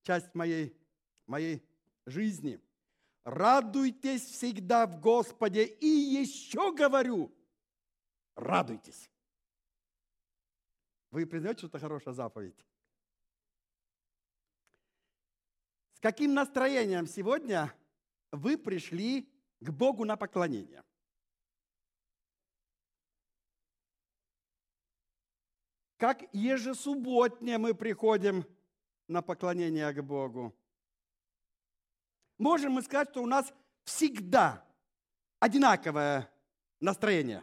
часть моей жизни. Радуйтесь всегда в Господе. И еще говорю, радуйтесь. Вы признаете, что это хорошая заповедь? С каким настроением сегодня вы пришли к Богу на поклонение? Как ежесубботне мы приходим на поклонение к Богу. Можем мы сказать, что у нас всегда одинаковое настроение.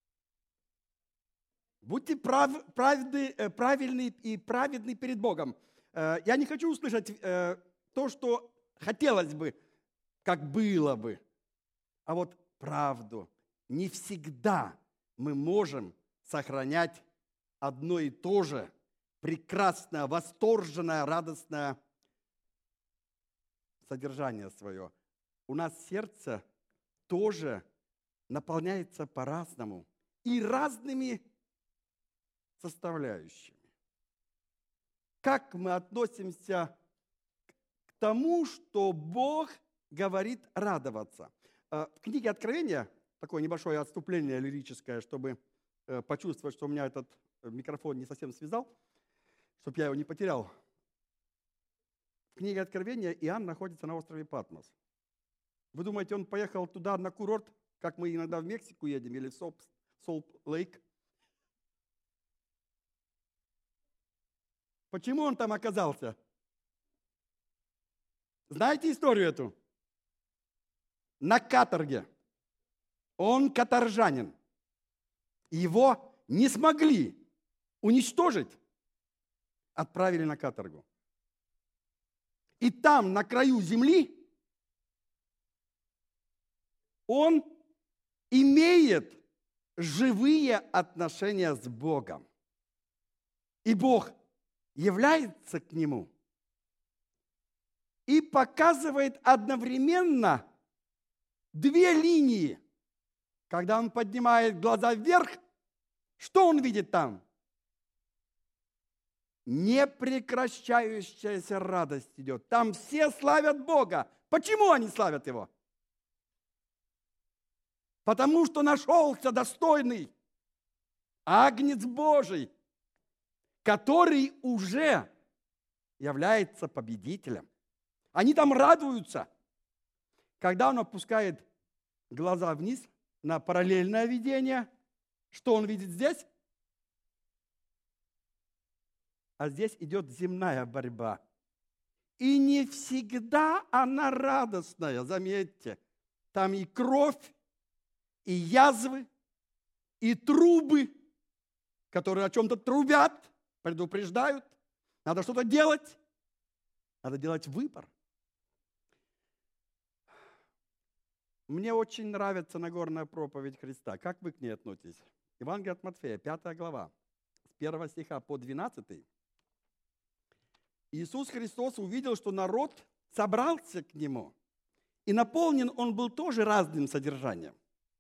Будьте правильны и праведны перед Богом. Я не хочу услышать то, что хотелось бы, как было бы. А вот правду. Не всегда мы можем сохранять одно и то же прекрасное, восторженное, радостное содержание свое. У нас сердце тоже наполняется по-разному и разными составляющими. Как мы относимся к тому, что Бог говорит радоваться? В книге Откровения, такое небольшое отступление лирическое, чтобы почувствовать, что у меня этот микрофон не совсем связал, чтобы я его не потерял. В книге Откровения Иоанн находится на острове Патмос. Вы думаете, он поехал туда на курорт, как мы иногда в Мексику едем, или в Солт-Лейк? Почему он там оказался? Знаете историю эту? На каторге. Он каторжанин. Его не смогли уничтожить, отправили на каторгу. И там, на краю земли, он имеет живые отношения с Богом. И Бог является к нему и показывает одновременно две линии. Когда он поднимает глаза вверх, что он видит там? Непрекращающаяся радость идет. Там все славят Бога. Почему они славят Его? Потому что нашелся достойный Агнец Божий, который уже является победителем. Они там радуются. Когда он опускает глаза вниз на параллельное видение, что он видит здесь? А здесь идет земная борьба. И не всегда она радостная, заметьте. Там и кровь, и язвы, и трубы, которые о чем-то трубят, предупреждают. Надо что-то делать. Надо делать выбор. Мне очень нравится Нагорная проповедь Христа. Как вы к ней относитесь? Евангелие от Матфея, 5 глава, с 1 стиха по 12. Иисус Христос увидел, что народ собрался к Нему, и наполнен он был тоже разным содержанием.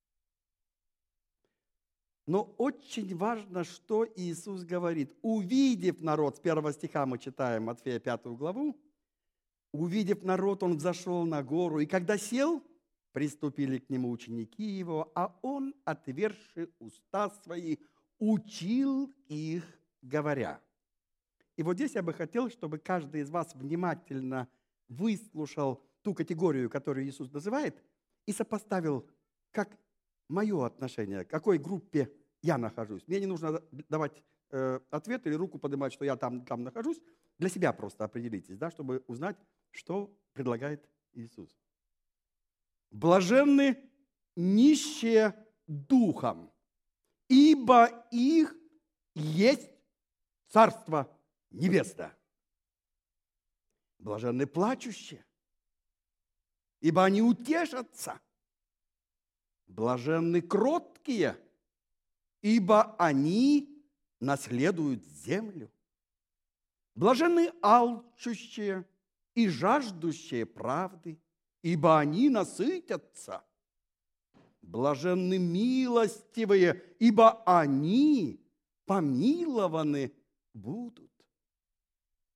Но очень важно, что Иисус говорит. Увидев народ, с 1 стиха мы читаем Матфея 5 главу, увидев народ, он взошел на гору, и когда сел, приступили к нему ученики его, а он, отверши уста свои, учил их, говоря. И вот здесь я бы хотел, чтобы каждый из вас внимательно выслушал ту категорию, которую Иисус называет, и сопоставил, как мое отношение, к какой группе я нахожусь. Мне не нужно давать ответ или руку поднимать, что я там нахожусь. Для себя просто определитесь, да, чтобы узнать, что предлагает Иисус. Блаженны нищие духом, ибо их есть Царство Небесное. Блаженны плачущие, ибо они утешатся. Блаженны кроткие, ибо они наследуют землю. Блаженны алчущие и жаждущие правды, ибо они насытятся. Блаженны милостивые, ибо они помилованы будут.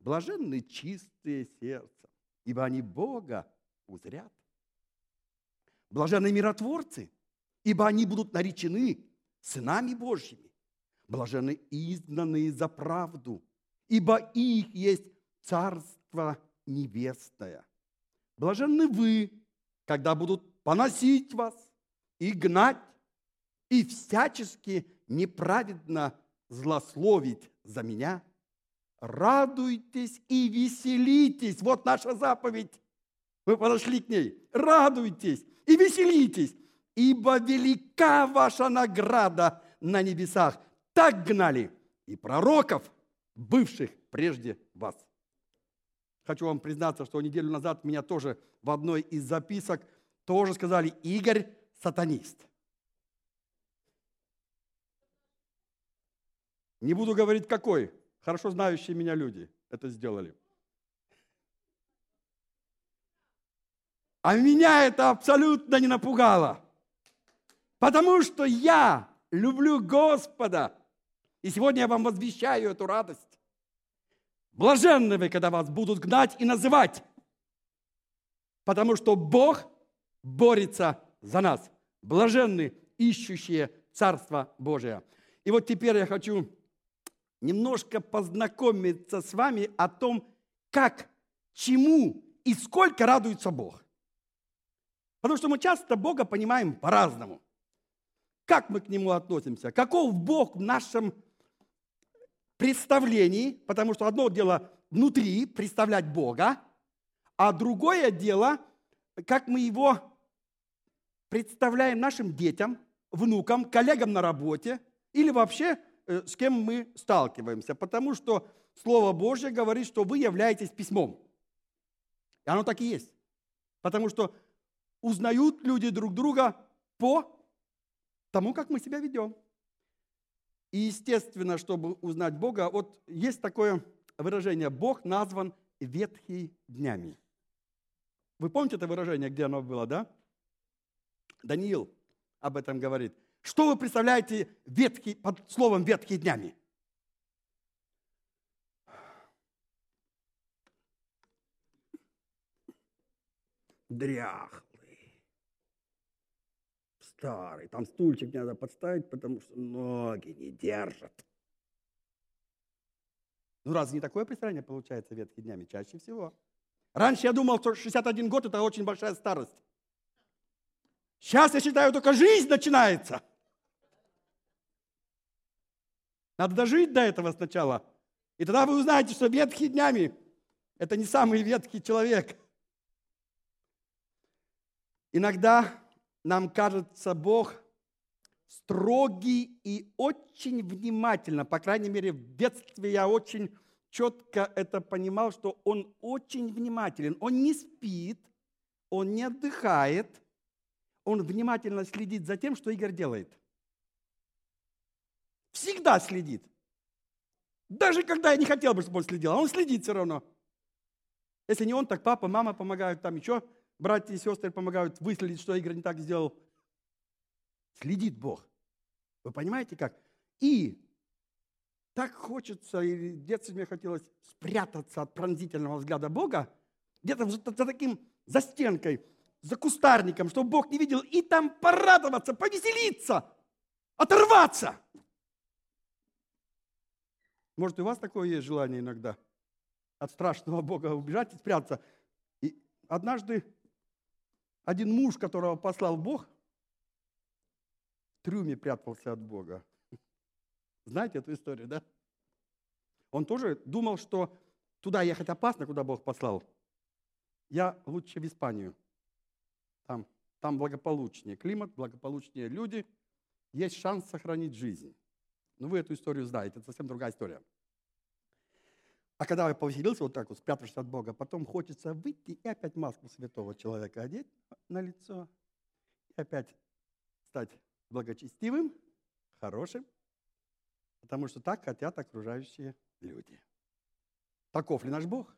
Блаженны чистые сердцем, ибо они Бога узрят. Блаженны миротворцы, ибо они будут наречены сынами Божьими. Блаженны изгнанные за правду, ибо их есть Царство Небесное. Блаженны вы, когда будут поносить вас и гнать, и всячески неправедно злословить за меня. Радуйтесь и веселитесь. Вот наша заповедь. Вы подошли к ней. Радуйтесь и веселитесь, ибо велика ваша награда на небесах. Так гнали и пророков, бывших прежде вас. Хочу вам признаться, что неделю назад меня тоже в одной из записок тоже сказали: Игорь сатанист. Не буду говорить, какой. Хорошо знающие меня люди это сделали. А меня это абсолютно не напугало. Потому что я люблю Господа. И сегодня я вам возвещаю эту радость. Блаженны вы, когда вас будут гнать и называть. Потому что Бог борется за нас. Блаженны ищущие Царство Божие. И вот теперь я хочу немножко познакомиться с вами о том, как, чему и сколько радуется Бог. Потому что мы часто Бога понимаем по-разному. Как мы к Нему относимся? Каков Бог в нашем представлении? Потому что одно дело внутри представлять Бога, а другое дело, как мы Его представляем нашим детям, внукам, коллегам на работе или вообще с кем мы сталкиваемся. Потому что Слово Божье говорит, что вы являетесь письмом. И оно так и есть. Потому что узнают люди друг друга по тому, как мы себя ведем. И естественно, чтобы узнать Бога, вот есть такое выражение: Бог назван ветхий днями. Вы помните это выражение, где оно было, да? Даниил об этом говорит. Что вы представляете под словом ветхий днями? Дряхлый, старый. Там стульчик не надо подставить, потому что ноги не держат. Ну, разве не такое представление получается ветхими днями? Чаще всего. Раньше я думал, что 61 год – это очень большая старость. Сейчас я считаю, только жизнь начинается. Надо дожить до этого сначала. И тогда вы узнаете, что ветхими днями – это не самый ветхий человек. Иногда нам кажется Бог строгий и очень внимательно. По крайней мере, в детстве я очень четко это понимал, что Он очень внимателен. Он не спит, Он не отдыхает, Он внимательно следит за тем, что Игорь делает. Всегда следит. Даже когда я не хотел бы, чтобы он следил, а он следит все равно. Если не он, так папа, мама помогают, там еще братья и сестры помогают выследить, что Игорь не так сделал. Следит Бог. Вы понимаете как? И так хочется, и в детстве мне хотелось спрятаться от пронзительного взгляда Бога, где-то за таким, за стенкой, за кустарником, чтобы Бог не видел, и там порадоваться, повеселиться, оторваться. Может, и у вас такое есть желание иногда от страшного Бога убежать и спрятаться. И однажды один муж, которого послал Бог, в трюме прятался от Бога. Знаете эту историю, да? Он тоже думал, что туда ехать опасно, куда Бог послал. Я лучше в Испанию. Там благополучнее климат, благополучнее люди. Есть шанс сохранить жизнь. Ну, вы эту историю знаете, это совсем другая история. А когда я повеселился вот так вот, спрятавшись от Бога, потом хочется выйти и опять маску святого человека одеть на лицо, и опять стать благочестивым, хорошим, потому что так хотят окружающие люди. Таков ли наш Бог?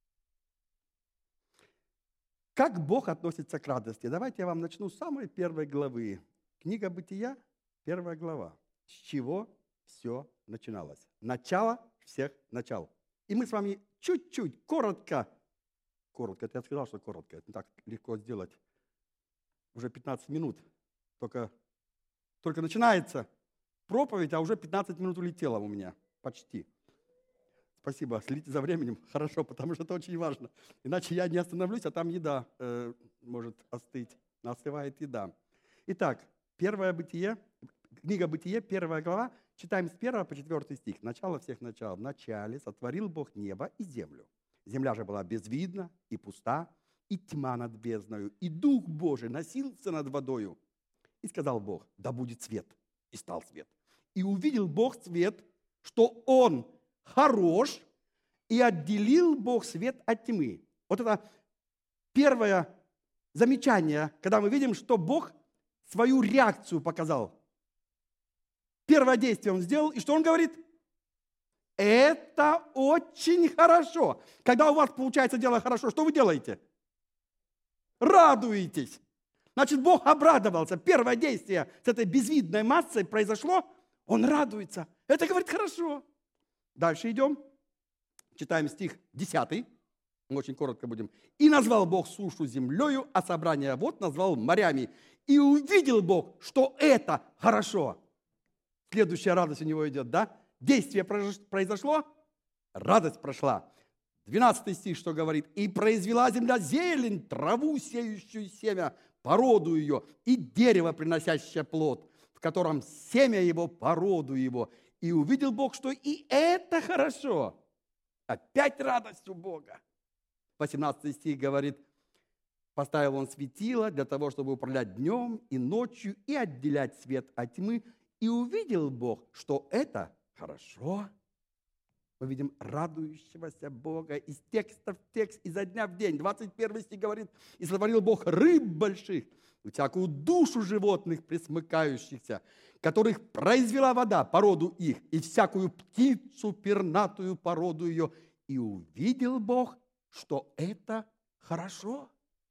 Как Бог относится к радости? Давайте я вам начну с самой первой главы. Книга Бытия, 1 глава. С чего все начиналось? Начало всех начал. И мы с вами чуть-чуть, коротко, это я сказал, что коротко, это так легко сделать. Уже 15 минут, только начинается проповедь, а уже 15 минут улетело у меня, почти. Спасибо, следите за временем, хорошо, потому что это очень важно. Иначе я не остановлюсь, а там еда может остыть, остывает еда. Итак, книга Бытие, 1 глава, читаем с 1 по 4 стих. Начало всех начал. Вначале сотворил Бог небо и землю. Земля же была безвидна и пуста, и тьма над бездною, и Дух Божий носился над водою. И сказал Бог: да будет свет. И стал свет. И увидел Бог свет, что он хорош, и отделил Бог свет от тьмы. Вот это первое замечание, когда мы видим, что Бог свою реакцию показал. Первое действие он сделал, и что он говорит? Это очень хорошо. Когда у вас получается дело хорошо, что вы делаете? Радуетесь. Значит, Бог обрадовался. Первое действие с этой безвидной массой произошло, он радуется. Это, говорит, хорошо. Дальше идем. Читаем стих 10. Мы очень коротко будем. «И назвал Бог сушу землею, а собрание вод назвал морями. И увидел Бог, что это хорошо». Следующая радость у него идет, да? Действие произошло, радость прошла. 12 стих, что говорит? «И произвела земля зелень, траву, сеющую семя, породу ее, и дерево, приносящее плод, в котором семя его, породу его. И увидел Бог, что и это хорошо». Опять радость у Бога. 18 стих говорит: «Поставил он светило для того, чтобы управлять днем и ночью и отделять свет от тьмы. И увидел Бог, что это хорошо». Мы видим радующегося Бога из текста в текст, изо дня в день. 21 стих говорит: «И сотворил Бог рыб больших, и всякую душу животных пресмыкающихся, которых произвела вода, породу их, и всякую птицу пернатую, породу ее. И увидел Бог, что это хорошо».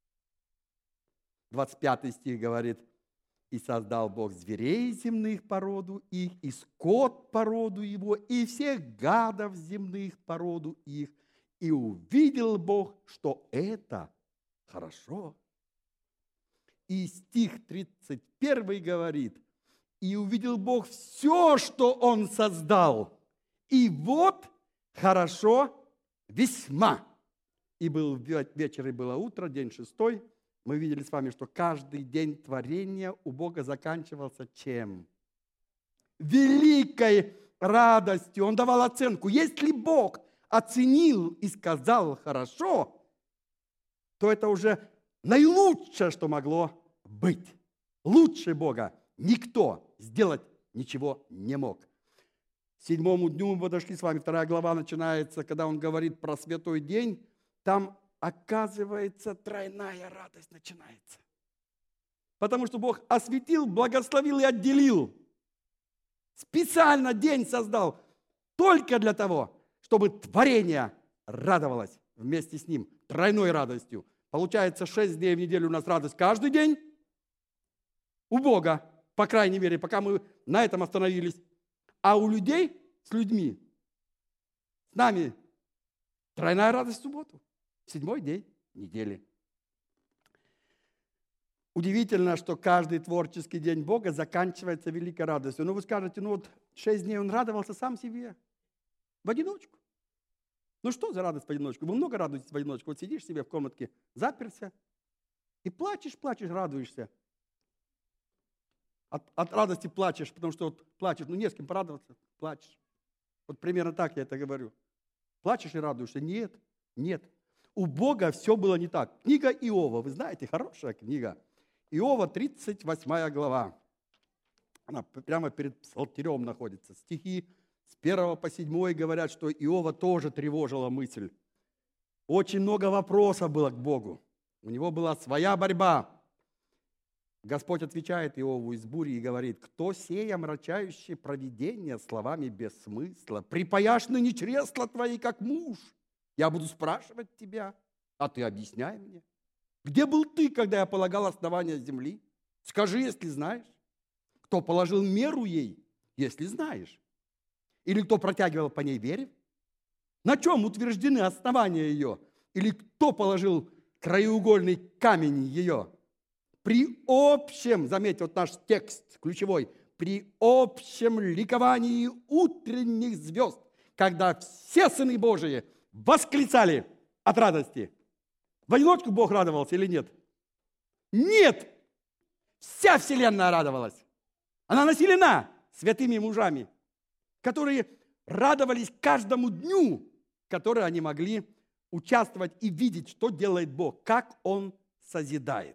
25 стих говорит: «И создал Бог зверей земных породу их, и скот породу его, и всех гадов земных породу их. И увидел Бог, что это хорошо». И стих 31 говорит: «И увидел Бог все, что Он создал, и вот хорошо весьма. И был вечер, и было утро, день 6. Мы видели с вами, что каждый день творения у Бога заканчивался чем? Великой радостью. Он давал оценку. Если Бог оценил и сказал хорошо, то это уже наилучшее, что могло быть. Лучше Бога никто сделать ничего не мог. К 7 дню мы подошли с вами, 2 глава начинается, когда он говорит про святой день, там, оказывается, тройная радость начинается. Потому что Бог осветил, благословил и отделил. Специально день создал только для того, чтобы творение радовалось вместе с ним тройной радостью. Получается, 6 дней в неделю у нас радость каждый день. У Бога, по крайней мере, пока мы на этом остановились. А у людей с людьми, с нами тройная радость в субботу. 7 день недели. Удивительно, что каждый творческий день Бога заканчивается великой радостью. Ну, вы скажете, 6 дней он радовался сам себе. В одиночку. Ну, что за радость в одиночку? Вы много радуетесь в одиночку. Вот сидишь себе в комнатке, заперся, и плачешь, радуешься. От радости плачешь, потому что плачешь, не с кем порадоваться, плачешь. Вот примерно так я это говорю. Плачешь и радуешься? Нет. У Бога все было не так. Книга Иова, вы знаете, хорошая книга. Иова, 38 глава. Она прямо перед псалтирем находится. Стихи с 1 по 7 говорят, что Иова тоже тревожила мысль. Очень много вопросов было к Богу. У него была своя борьба. Господь отвечает Иову из бури и говорит: «Кто сея омрачающее провидение словами без смысла? Припаяшь ныне чресла твои, как муж. Я буду спрашивать тебя, а ты объясняй мне. Где был ты, когда я полагал основания земли? Скажи, если знаешь. Кто положил меру ей, если знаешь? Или кто протягивал по ней верев? На чем утверждены основания ее? Или кто положил краеугольный камень ее? При общем, заметьте, вот наш текст ключевой, при общем ликовании утренних звезд, когда все сыны Божии восклицали от радости. В одиночку Бог радовался или нет? Нет! Вся вселенная радовалась. Она населена святыми мужами, которые радовались каждому дню, который они могли участвовать и видеть, что делает Бог, как Он созидает.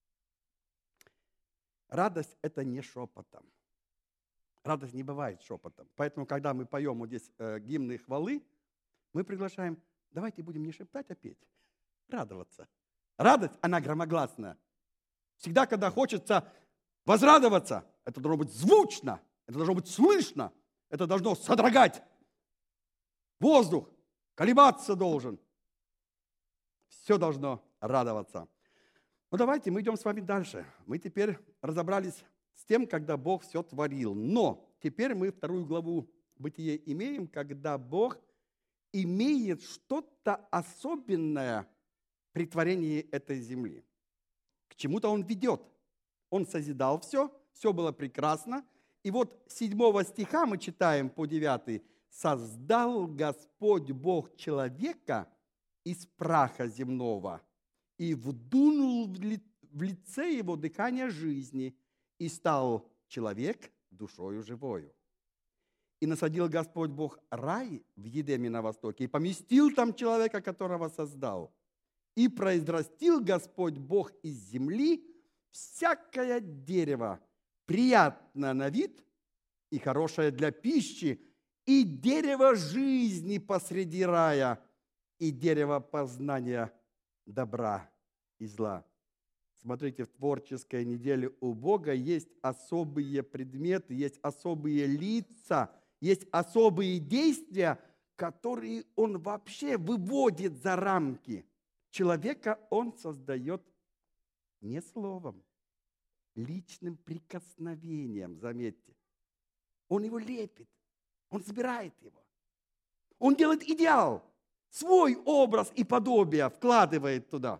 Радость – это не шепотом. Радость не бывает шепотом. Поэтому, когда мы поем вот здесь гимны хвалы, мы приглашаем, давайте будем не шептать, а петь. Радоваться. Радость, она громогласная. Всегда, когда хочется возрадоваться, это должно быть звучно, это должно быть слышно, это должно содрогать воздух, колебаться должен. Все должно радоваться. Ну давайте мы идем с вами дальше. Мы теперь разобрались с тем, когда Бог все творил. Но теперь мы 2 главу Бытия имеем, когда Бог имеет что-то особенное при творении этой земли. К чему-то Он ведет. Он созидал все, все было прекрасно. И вот 7 стиха мы читаем по 9. «Создал Господь Бог человека из праха земного и вдунул в лице его дыхание жизни, и стал человек душою живою. И насадил Господь Бог рай в Едеме на востоке, и поместил там человека, которого создал. И произрастил Господь Бог из земли всякое дерево, приятное на вид и хорошее для пищи, и дерево жизни посреди рая, и дерево познания добра и зла». Смотрите, в творческой неделе у Бога есть особые предметы, есть особые лица, есть особые действия, которые Он вообще выводит за рамки. Человека Он создает не словом, личным прикосновением, заметьте. Он его лепит, Он собирает его. Он делает идеал, свой образ и подобие вкладывает туда.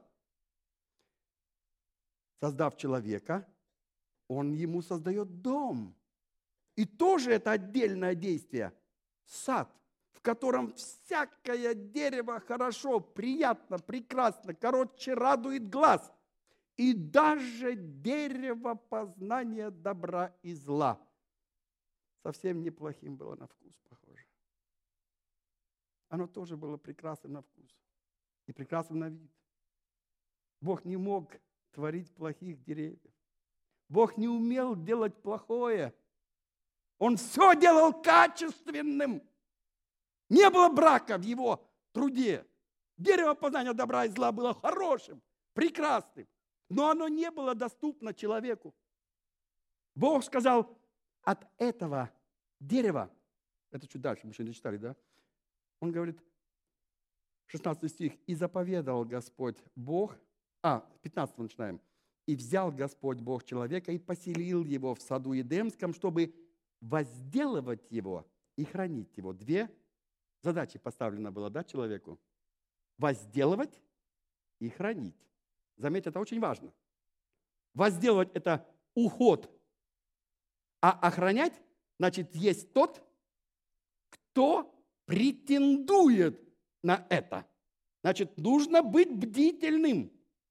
Создав человека, Он ему создает дом. И тоже это отдельное действие. Сад, в котором всякое дерево хорошо, приятно, прекрасно, короче, радует глаз. И даже дерево познания добра и зла. Совсем неплохим было на вкус, похоже. Оно тоже было прекрасным на вкус и прекрасным на вид. Бог не мог творить плохих деревьев. Бог не умел делать плохое. Он все делал качественным. Не было брака в его труде. Дерево познания добра и зла было хорошим, прекрасным, но оно не было доступно человеку. Бог сказал, от этого дерева, это чуть дальше, мы еще не читали, да? Он говорит, 16 стих, «И заповедал Господь Бог», 15 начинаем, «И взял Господь Бог человека и поселил его в саду Едемском, чтобы возделывать его и хранить его». 2 задачи поставлено было, да, человеку? Возделывать и хранить. Заметьте, это очень важно. Возделывать – это уход, а охранять – значит, есть тот, кто претендует на это. Значит, нужно быть бдительным.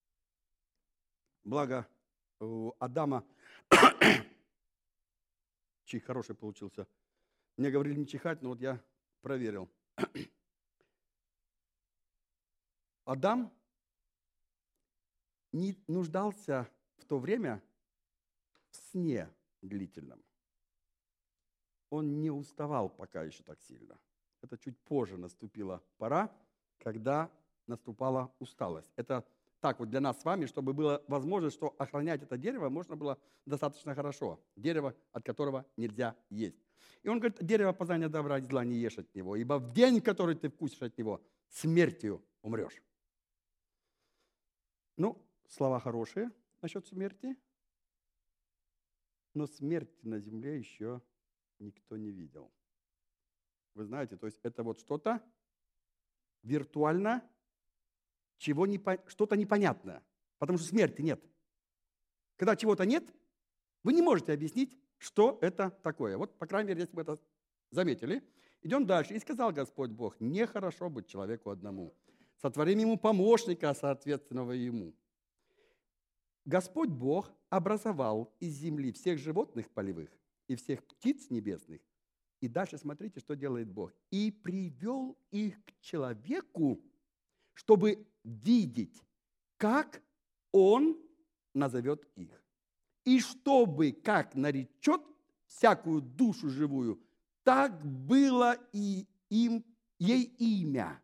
Благо у Адама чих хороший получился. Мне говорили не чихать, но вот я проверил. Адам не нуждался в то время в сне длительном. Он не уставал пока еще так сильно. Это чуть позже наступила пора, когда наступала усталость. Это так вот для нас с вами, чтобы была возможность, что охранять это дерево можно было достаточно хорошо. Дерево, от которого нельзя есть. И он говорит, дерево познания добра и зла не ешь от него, ибо в день, который ты вкусишь от него, смертью умрешь. Ну, слова хорошие насчет смерти, но смерти на земле еще никто не видел. Вы знаете, то есть это вот что-то виртуально что-то непонятное, потому что смерти нет. Когда чего-то нет, вы не можете объяснить, что это такое. Вот, по крайней мере, если вы это заметили. Идем дальше. «И сказал Господь Бог, нехорошо быть человеку одному. Сотворим ему помощника, соответственного ему». Господь Бог образовал из земли всех животных полевых и всех птиц небесных. И дальше смотрите, что делает Бог. «И привел их к человеку, чтобы видеть, как он назовет их. И чтобы, как наречет всякую душу живую, так было и ей имя.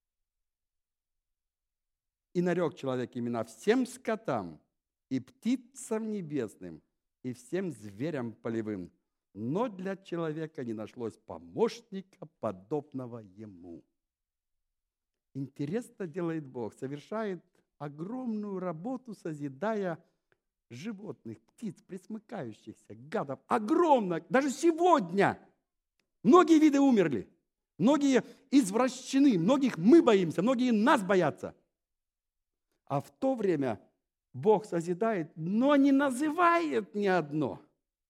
И нарек человек имена всем скотам, и птицам небесным, и всем зверям полевым. Но для человека не нашлось помощника, подобного ему». Интересно делает Бог, совершает огромную работу, созидая животных, птиц, пресмыкающихся, гадов. Огромно! Даже сегодня многие виды умерли, многие извращены, многих мы боимся, многие нас боятся. А в то время Бог созидает, но не называет ни одно.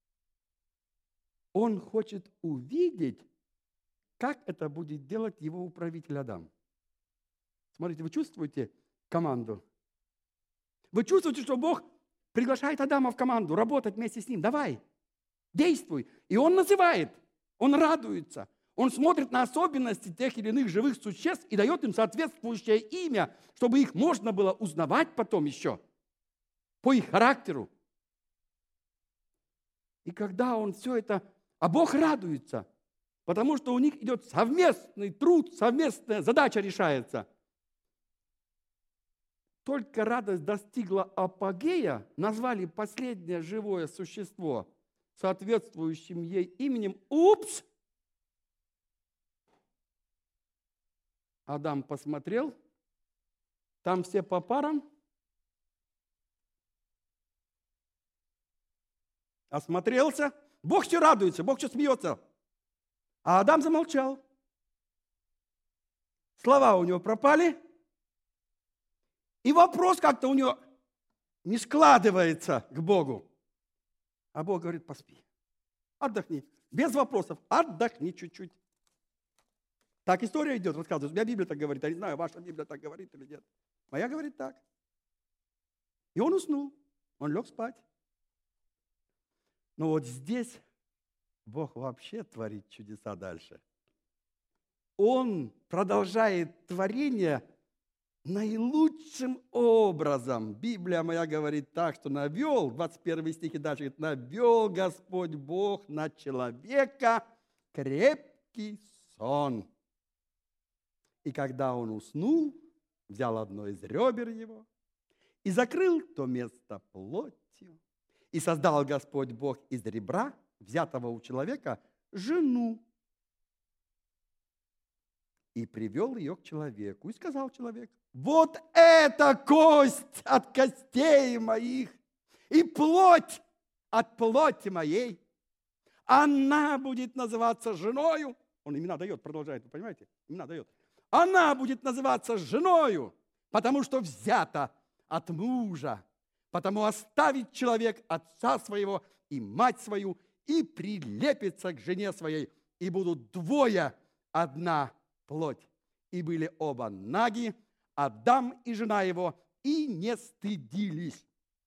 Он хочет увидеть, как это будет делать его управитель Адам. Смотрите, вы чувствуете команду? Вы чувствуете, что Бог приглашает Адама в команду, работать вместе с ним. Давай, действуй. И он называет, он радуется. Он смотрит на особенности тех или иных живых существ и дает им соответствующее имя, чтобы их можно было узнавать потом еще по их характеру. И когда он все это... А Бог радуется, потому что у них идет совместный труд, совместная задача решается. Только радость достигла апогея, назвали последнее живое существо соответствующим ей именем. Упс! Адам посмотрел, там все по парам, осмотрелся. Бог все радуется, Бог все смеется. А Адам замолчал. Слова у него пропали. И вопрос как-то у него не складывается к Богу. А Бог говорит, поспи, отдохни. Без вопросов, отдохни чуть-чуть. Так история идет, рассказывает. У меня Библия так говорит, я не знаю, ваша Библия так говорит или нет. Моя говорит так. И он уснул, он лег спать. Но вот здесь Бог вообще творит чудеса дальше. Он продолжает творение наилучшим образом. Библия моя говорит так, что навел, 21 стих и дальше, говорит, навел Господь Бог на человека крепкий сон. И когда он уснул, взял одно из ребер его и закрыл то место плотью. И создал Господь Бог из ребра, взятого у человека, жену. И привел ее к человеку. И сказал человек, вот это кость от костей моих и плоть от плоти моей. Она будет называться женою. Он имена дает, продолжает, вы понимаете? Имена дает. Она будет называться женою, потому что взята от мужа. Потому оставит человек отца своего и мать свою, и прилепится к жене своей, и будут двое одна плоть. И были оба наги, Адам и жена его, и не стыдились.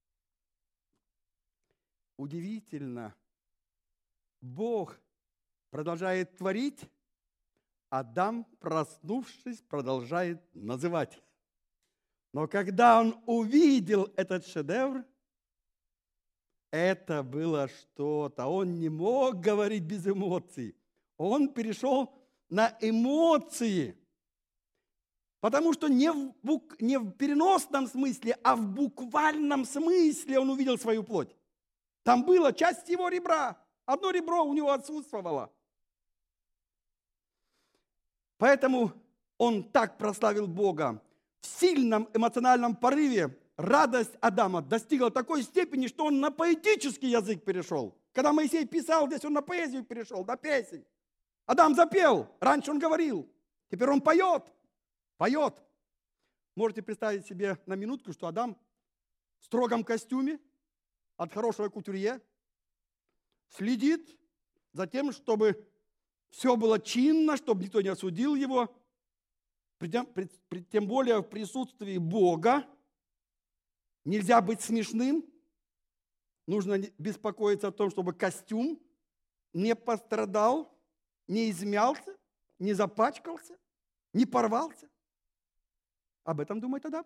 Удивительно. Бог продолжает творить, Адам, проснувшись, продолжает называть. Но когда он увидел этот шедевр, это было что-то. Он не мог говорить без эмоций. Он перешел на эмоции. Потому что не в переносном смысле, а в буквальном смысле он увидел свою плоть. Там была часть его ребра. Одно ребро у него отсутствовало. Поэтому он так прославил Бога. В сильном эмоциональном порыве радость Адама достигла такой степени, что он на поэтический язык перешел. Когда Моисей писал здесь, он на поэзию перешел, на песнь. Адам запел, раньше он говорил, теперь он поет. поет. Можете представить себе на минутку, что Адам в строгом костюме от хорошего кутюрье следит за тем, чтобы все было чинно, чтобы никто не осудил его, тем более в присутствии Бога. Нельзя быть смешным. Нужно беспокоиться о том, чтобы костюм не пострадал, не измялся, не запачкался, не порвался. Об этом думает Адам.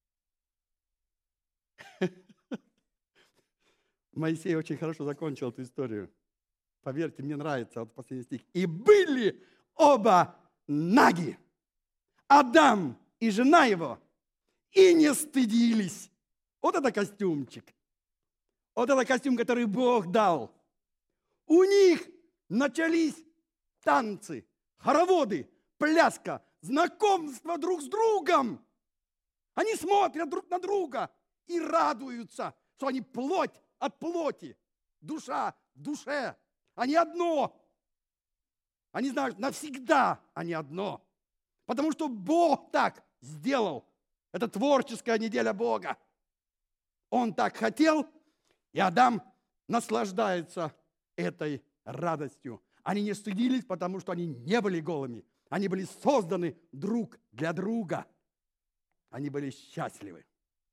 Моисей очень хорошо закончил эту историю. Поверьте, мне нравится вот последний стих. И были оба наги, Адам и жена его, и не стыдились. Вот это костюмчик. Вот это костюм, который Бог дал. У них начались танцы, хороводы, пляска, знакомство друг с другом. Они смотрят друг на друга и радуются, что они плоть от плоти, душа в душе. Они одно. Они знают, навсегда они одно. Потому что Бог так сделал. Это творческая неделя Бога. Он так хотел, и Адам наслаждается этой радостью. Они не стыдились, потому что они не были голыми. Они были созданы друг для друга. Они были счастливы.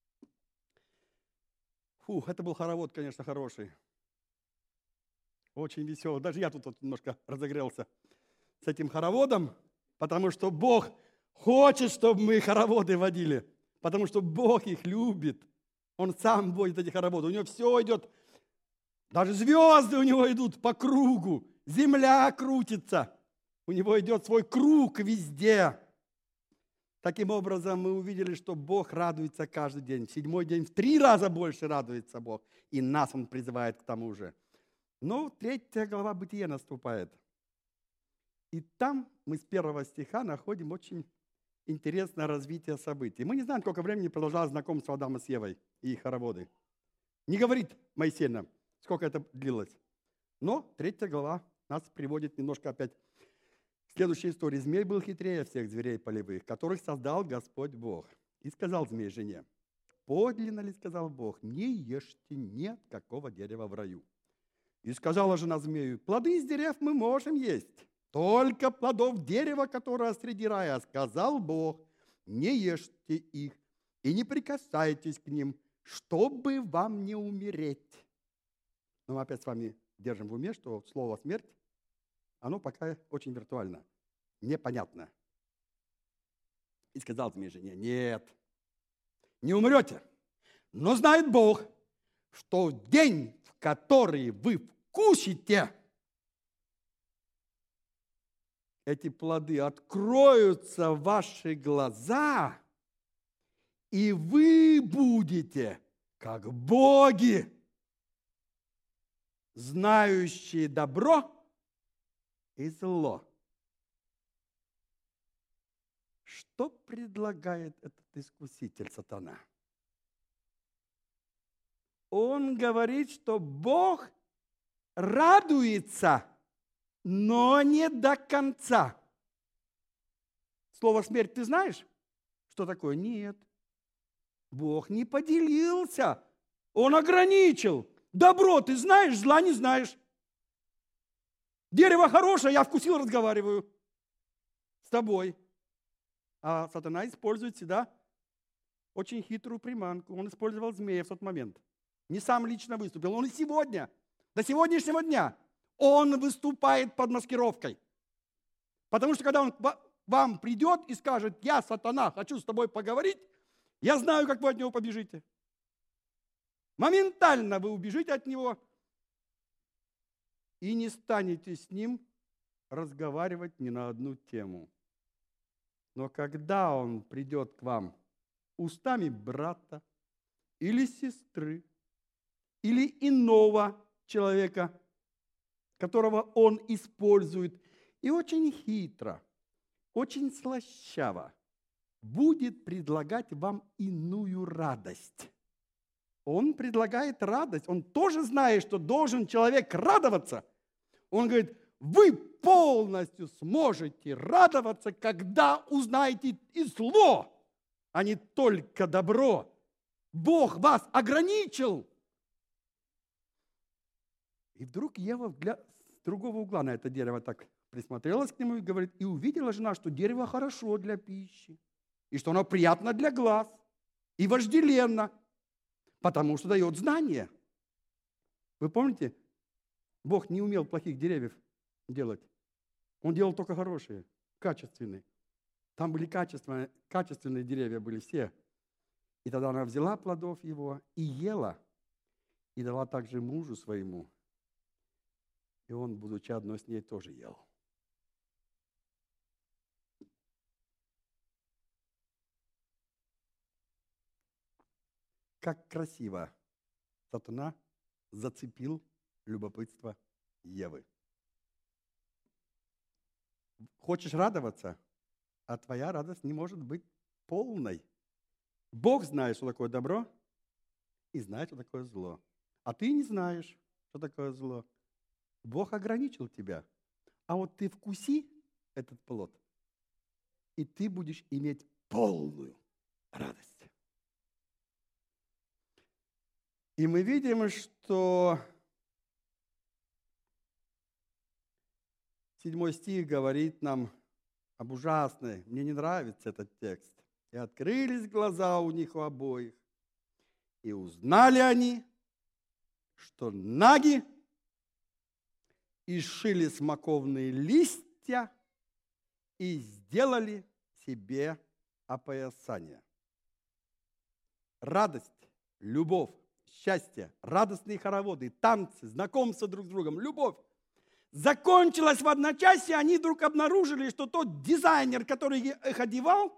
Это был хоровод, конечно, хороший. Очень веселый. Даже я тут немножко разогрелся с этим хороводом, потому что Бог хочет, чтобы мы хороводы водили, потому что Бог их любит. Он сам водит эти хороводы. У него все идет, даже звезды у него идут по кругу, земля крутится. У него идет свой круг везде. Таким образом, мы увидели, что Бог радуется каждый день. В 7-й день в 3 раза больше радуется Бог. И нас Он призывает к тому же. Но 3 глава Бытия наступает. И там мы с 1 стиха находим очень интересное развитие событий. Мы не знаем, сколько времени продолжалось знакомство Адама с Евой и их хороводы. Не говорит Моисей нам, сколько это длилось. Но 3 глава нас приводит немножко опять к следующей истории. Змей был хитрее всех зверей полевых, которых создал Господь Бог. И сказал змей жене: подлинно ли, сказал Бог, не ешьте ни от какого дерева в раю. И сказала жена змею: плоды из дерев мы можем есть, только плодов дерева, которое среди рая, сказал Бог, не ешьте их и не прикасайтесь к ним, чтобы вам не умереть. Но мы опять с вами держим в уме, что слово «смерть», оно пока очень виртуально, непонятно. И сказал змей жене: нет, не умрете, но знает Бог, что в день, в который вы вкусите эти плоды, откроются ваши глаза, и вы будете как боги, знающие добро и зло. Что предлагает этот искуситель, сатана? Он говорит, что Бог радуется, но не до конца. Слово «смерть» ты знаешь, что такое? Нет. Бог не поделился. Он ограничил. Добро ты знаешь, зла не знаешь. Дерево хорошее, я вкусил, разговариваю с тобой. А сатана использует всегда очень хитрую приманку. Он использовал змея в тот момент. Не сам лично выступил. Он и сегодня, до сегодняшнего дня, он выступает под маскировкой. Потому что когда он к вам придет и скажет: я, сатана, хочу с тобой поговорить, я знаю, как вы от него побежите. Моментально вы убежите от него и не станете с ним разговаривать ни на одну тему. Но когда он придет к вам устами брата или сестры, или иного человека, которого он использует, и очень хитро, очень слащаво будет предлагать вам иную радость. Он предлагает радость. Он тоже знает, что должен человек радоваться. Он говорит: Вы полностью сможете радоваться, когда узнаете и зло, а не только добро. Бог вас ограничил. И вдруг Ева с другого угла на это дерево так присмотрелась к нему и говорит, и увидела жена, что дерево хорошо для пищи, и что оно приятно для глаз, и вожделенно, потому что дает знания. Вы помните, Бог не умел плохих деревьев делать. Он делал только хорошие, качественные. Там были качественные деревья были все. И тогда она взяла плодов его и ела, и дала также мужу своему. И он, будучи одной с ней, тоже ел. Как красиво сатана зацепил любопытство Евы. Хочешь радоваться, а твоя радость не может быть полной. Бог знает, что такое добро, и знает, что такое зло. А ты не знаешь, что такое зло. Бог ограничил тебя. А вот ты вкуси этот плод, и ты будешь иметь полную радость. И мы видим, что 7 стих говорит нам об ужасной. Мне не нравится этот текст. И открылись глаза у них у обоих, и узнали они, что наги, и сшили смоковные листья, и сделали себе опоясание. Радость, любовь, счастье, радостные хороводы, танцы, знакомство друг с другом, любовь. Закончилось в одночасье, они вдруг обнаружили, что тот дизайнер, который их одевал,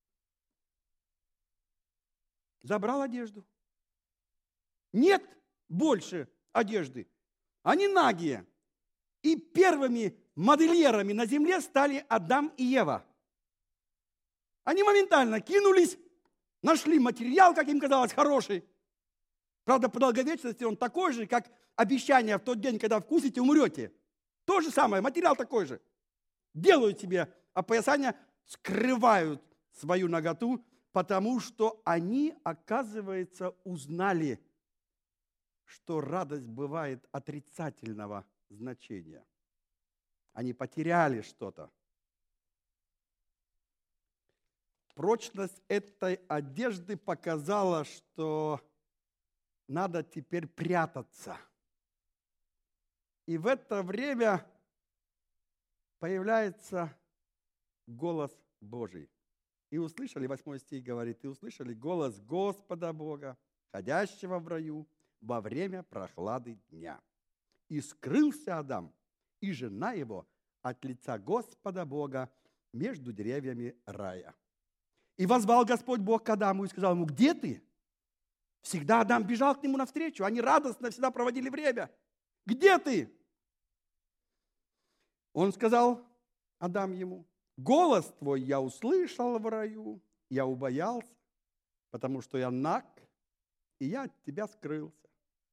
забрал одежду. Нет больше одежды. Они нагие. И первыми модельерами на земле стали Адам и Ева. Они моментально кинулись, нашли материал, как им казалось, хороший. Правда, по долговечности он такой же, как обещание в тот день, когда вкусите, умрете. То же самое, материал такой же. Делают себе опоясание, скрывают свою наготу, потому что они, оказывается, узнали, что радость бывает отрицательного значения. Они потеряли что-то. Прочность этой одежды показала, что надо теперь прятаться. И в это время появляется голос Божий. И услышали, 8 стих говорит, и услышали голос Господа Бога, ходящего в раю во время прохлады дня. И скрылся Адам и жена его от лица Господа Бога между деревьями рая. И воззвал Господь Бог к Адаму и сказал ему, где ты? Всегда Адам бежал к нему навстречу, они радостно всегда проводили время. Где ты? Он сказал, Адам ему, голос твой я услышал в раю, я убоялся, потому что я наг, и я от тебя скрылся.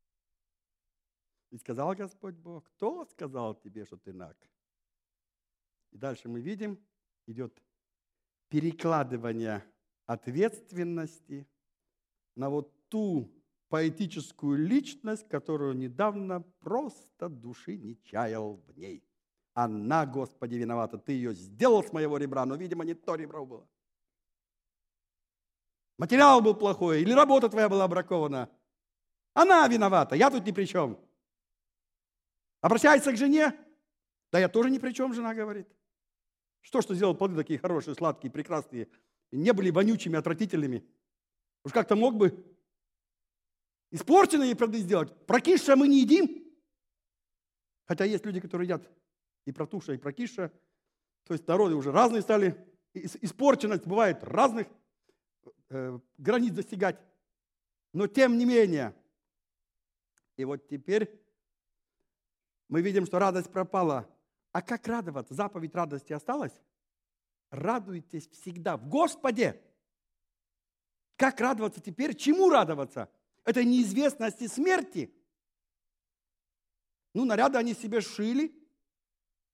И сказал Господь Бог, кто сказал тебе, что ты наг? И дальше мы видим, идет перекладывание ответственности на вот ту поэтическую личность, которую недавно просто души не чаял в ней. Она, Господи, виновата. Ты ее сделал с моего ребра, но, видимо, не то ребро было. Материал был плохой, или работа твоя была бракована. Она виновата, я тут ни при чем. Обращается к жене. Да я тоже ни при чем, жена говорит. Что сделал плоды такие хорошие, сладкие, прекрасные, не были вонючими, отвратительными. Уж как-то мог бы испорченные плоды сделать. Прокисшее мы не едим. Хотя есть люди, которые едят и протухшее, и прокисшее. То есть народы уже разные стали. Испорченность бывает разных границ достигать. Но тем не менее. И вот теперь мы видим, что радость пропала. А как радоваться? Заповедь радости осталась? Радуйтесь всегда в Господе. Как радоваться теперь? Чему радоваться? Это неизвестности смерти. Наряды они себе шили,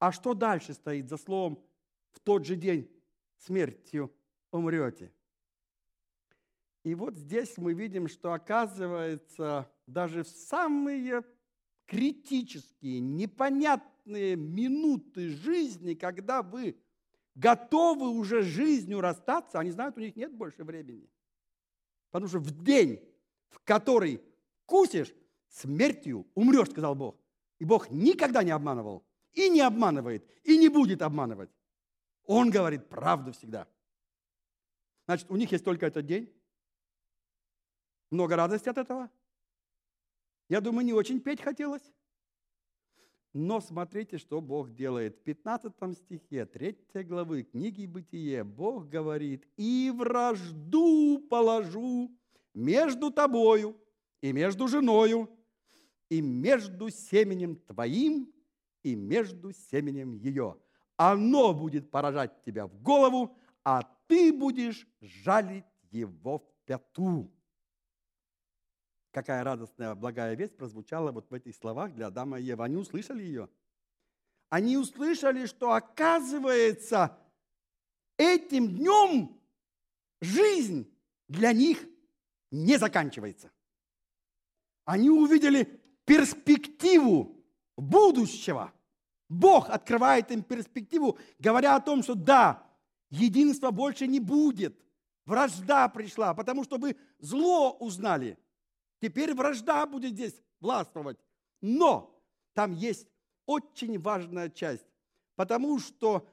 А что дальше стоит за словом «в тот же день смертью умрете»? И вот здесь мы видим, что, оказывается, даже в самые критические, непонятные минуты жизни, когда вы готовы уже с жизнью расстаться, они знают, у них нет больше времени. Потому что в день, в который вкусишь, смертью умрешь, сказал Бог. И Бог никогда не обманывал, и не обманывает, и не будет обманывать. Он говорит правду всегда. Значит, у них есть только этот день. Много радости от этого. Я думаю, не очень петь хотелось. Но смотрите, что Бог делает. В 15 стихе 3 главы книги Бытие Бог говорит: «И вражду положу между тобою и между женою, и между семенем твоим, и между семенем ее. Оно будет поражать тебя в голову, а ты будешь жалить его в пяту». Какая радостная, благая весть прозвучала вот в этих словах для Адама и Евы. Они услышали ее. Они услышали, что, оказывается, этим днем жизнь для них не заканчивается. Они увидели перспективу будущего. Бог открывает им перспективу, говоря о том, что да, единства больше не будет. Вражда пришла, потому что вы зло узнали. Теперь вражда будет здесь властвовать. Но там есть очень важная часть, потому что,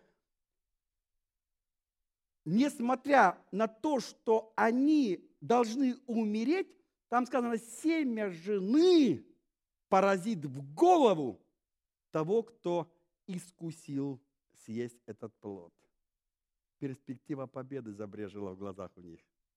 несмотря на то, что они должны умереть, там сказано, семя жены поразит в голову того, кто искусил съесть этот плод. Перспектива победы забрежила в глазах у них.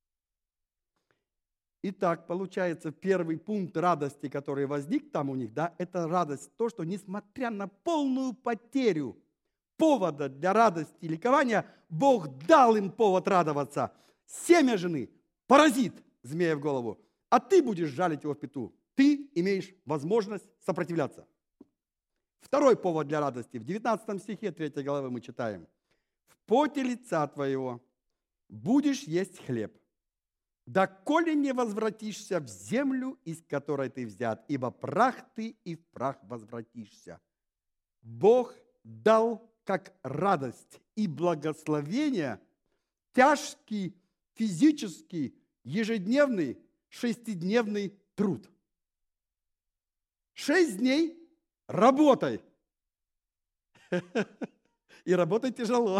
Итак, получается, первый пункт радости, который возник там у них, да, это радость, то, что несмотря на полную потерю повода для радости и ликования, Бог дал им повод радоваться. Семя жены поразит змея в голову, а ты будешь жалить его в пяту. Ты имеешь возможность сопротивляться. Второй повод для радости. В 19 стихе 3 главы мы читаем. «В поте лица твоего будешь есть хлеб, доколе не возвратишься в землю, из которой ты взят, ибо прах ты, и в прах возвратишься». Бог дал как радость и благословение тяжкий физический, ежедневный, шестидневный труд. 6 дней работай. И работай тяжело.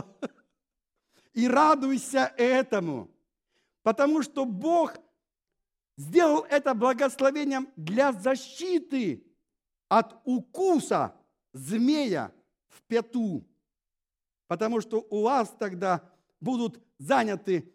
И радуйся этому. Потому что Бог сделал это благословением для защиты от укуса змея в пяту. Потому что у вас тогда будут заняты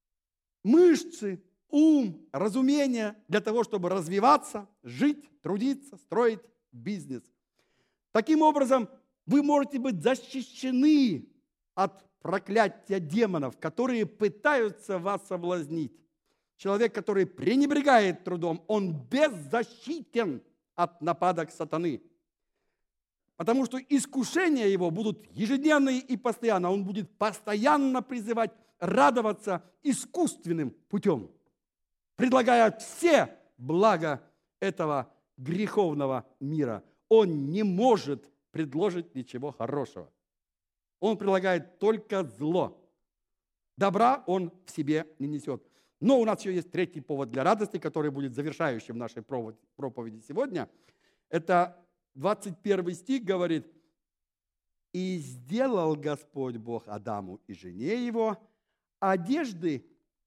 мышцы, ум, разумение для того, чтобы развиваться, жить, трудиться, строить бизнес. Таким образом, вы можете быть защищены от проклятия демонов, которые пытаются вас соблазнить. Человек, который пренебрегает трудом, он беззащитен от нападок сатаны. Потому что искушения его будут ежедневные и постоянно. Он будет постоянно призывать радоваться искусственным путем, предлагая все блага этого греховного мира. Он не может предложить ничего хорошего. Он предлагает только зло. Добра он в себе не несет. Но у нас еще есть третий повод для радости, который будет завершающим нашей проповеди сегодня. Это 21 стих говорит: «И сделал Господь Бог Адаму и жене его одежды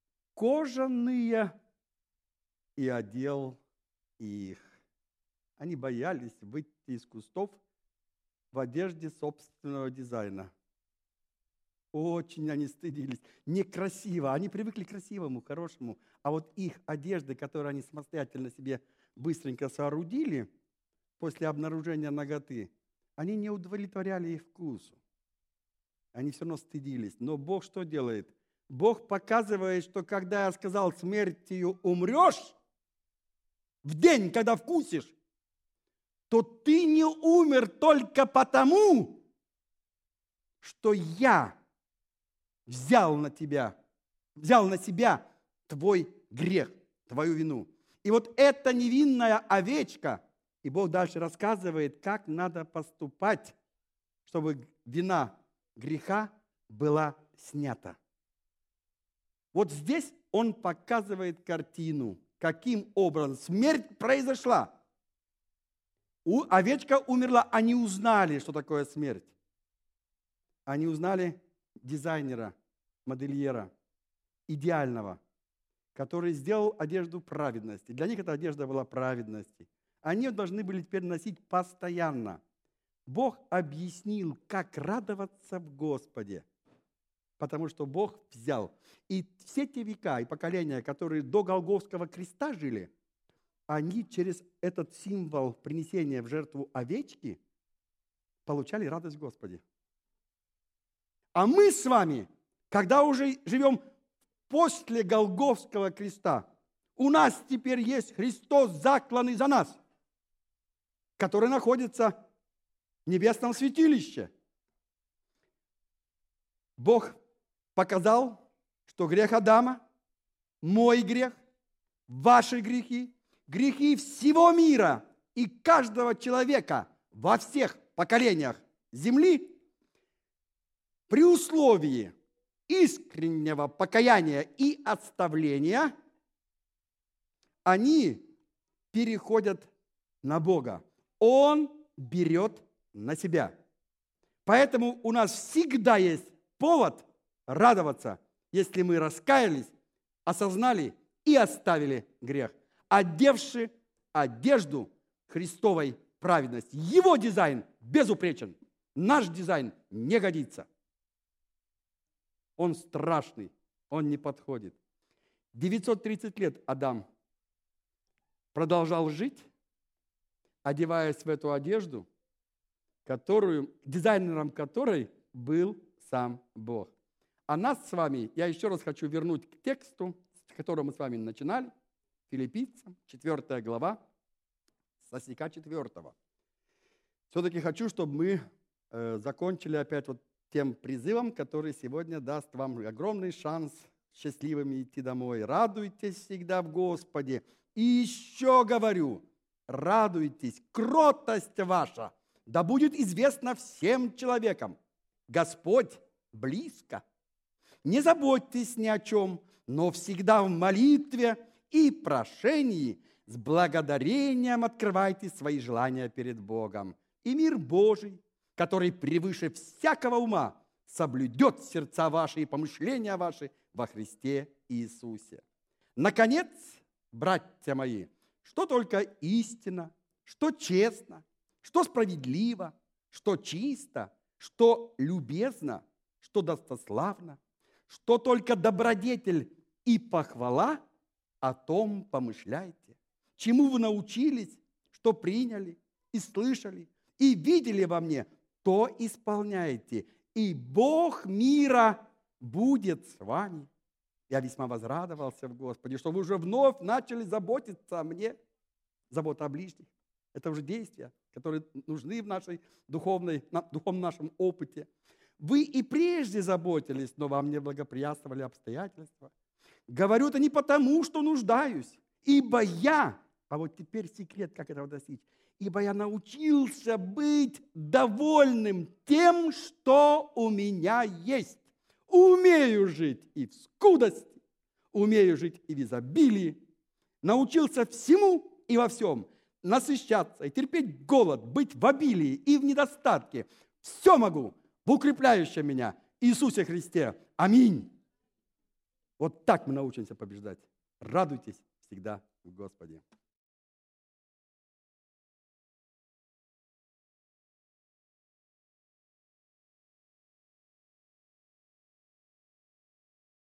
кожаные, и одел их». Они боялись выйти из кустов в одежде собственного дизайна. Очень они стыдились. Некрасиво. Они привыкли к красивому, хорошему. А вот их одежды, которые они самостоятельно себе быстренько соорудили после обнаружения наготы, они не удовлетворяли их вкусу. Они все равно стыдились. Но Бог что делает? Бог показывает, что когда я сказал, смертью умрешь, в день, когда вкусишь, то ты не умер только потому, что я взял на себя твой грех, твою вину. И вот эта невинная овечка, и Бог дальше рассказывает, как надо поступать, чтобы вина греха была снята. Вот здесь он показывает картину, каким образом смерть произошла. Овечка умерла, они узнали, что такое смерть. Они узнали дизайнера, модельера, идеального, который сделал одежду праведности. Для них эта одежда была праведности. Они ее должны были теперь носить постоянно. Бог объяснил, как радоваться в Господе, потому что Бог взял. И все те века и поколения, которые до Голгофского креста жили, они через этот символ принесения в жертву овечки получали радость в Господе. А мы с вами, когда уже живем после Голгофского креста, у нас теперь есть Христос, закланный за нас, который находится в небесном святилище. Бог показал, что грех Адама, мой грех, ваши грехи, грехи всего мира и каждого человека во всех поколениях земли при условии искреннего покаяния и отставления они переходят на Бога. Он берет на себя. Поэтому у нас всегда есть повод радоваться, если мы раскаялись, осознали и оставили грех, одевши одежду Христовой праведности. Его дизайн безупречен, наш дизайн не годится. Он страшный, он не подходит. 930 лет Адам продолжал жить, одеваясь в эту одежду, дизайнером которой был сам Бог. А нас с вами, я еще раз хочу вернуть к тексту, с которого мы с вами начинали, Филиппийцам, 4 глава, со стиха 4. Все-таки хочу, чтобы мы закончили опять вот тем призывом, который сегодня даст вам огромный шанс счастливыми идти домой. Радуйтесь всегда в Господе. И еще говорю, радуйтесь, кротость ваша, да будет известна всем человекам. Господь близко. Не заботьтесь ни о чем, но всегда в молитве и прошении с благодарением открывайте свои желания перед Богом. И мир Божий, который превыше всякого ума, соблюдет сердца ваши и помышления ваши во Христе Иисусе. Наконец, братья мои, что только истина, что честно, что справедливо, что чисто, что любезно, что достославно, что только добродетель и похвала, о том помышляйте. Чему вы научились, что приняли и слышали, и видели во мне, то исполняйте, и Бог мира будет с вами. Я весьма возрадовался в Господе, что вы уже вновь начали заботиться о мне, забота о ближних. Это уже действия, которые нужны в нашей духовном нашем опыте. Вы и прежде заботились, но вам не благоприятствовали обстоятельства. Говорю это не потому, что нуждаюсь, ибо я, а вот теперь секрет, как этого достичь, ибо я научился быть довольным тем, что у меня есть. Умею жить и в скудости, умею жить и в изобилии. Научился всему и во всем насыщаться и терпеть голод, быть в обилии и в недостатке. Все могу в укрепляющем меня Иисусе Христе. Аминь. Вот так мы научимся побеждать. Радуйтесь всегда в Господе.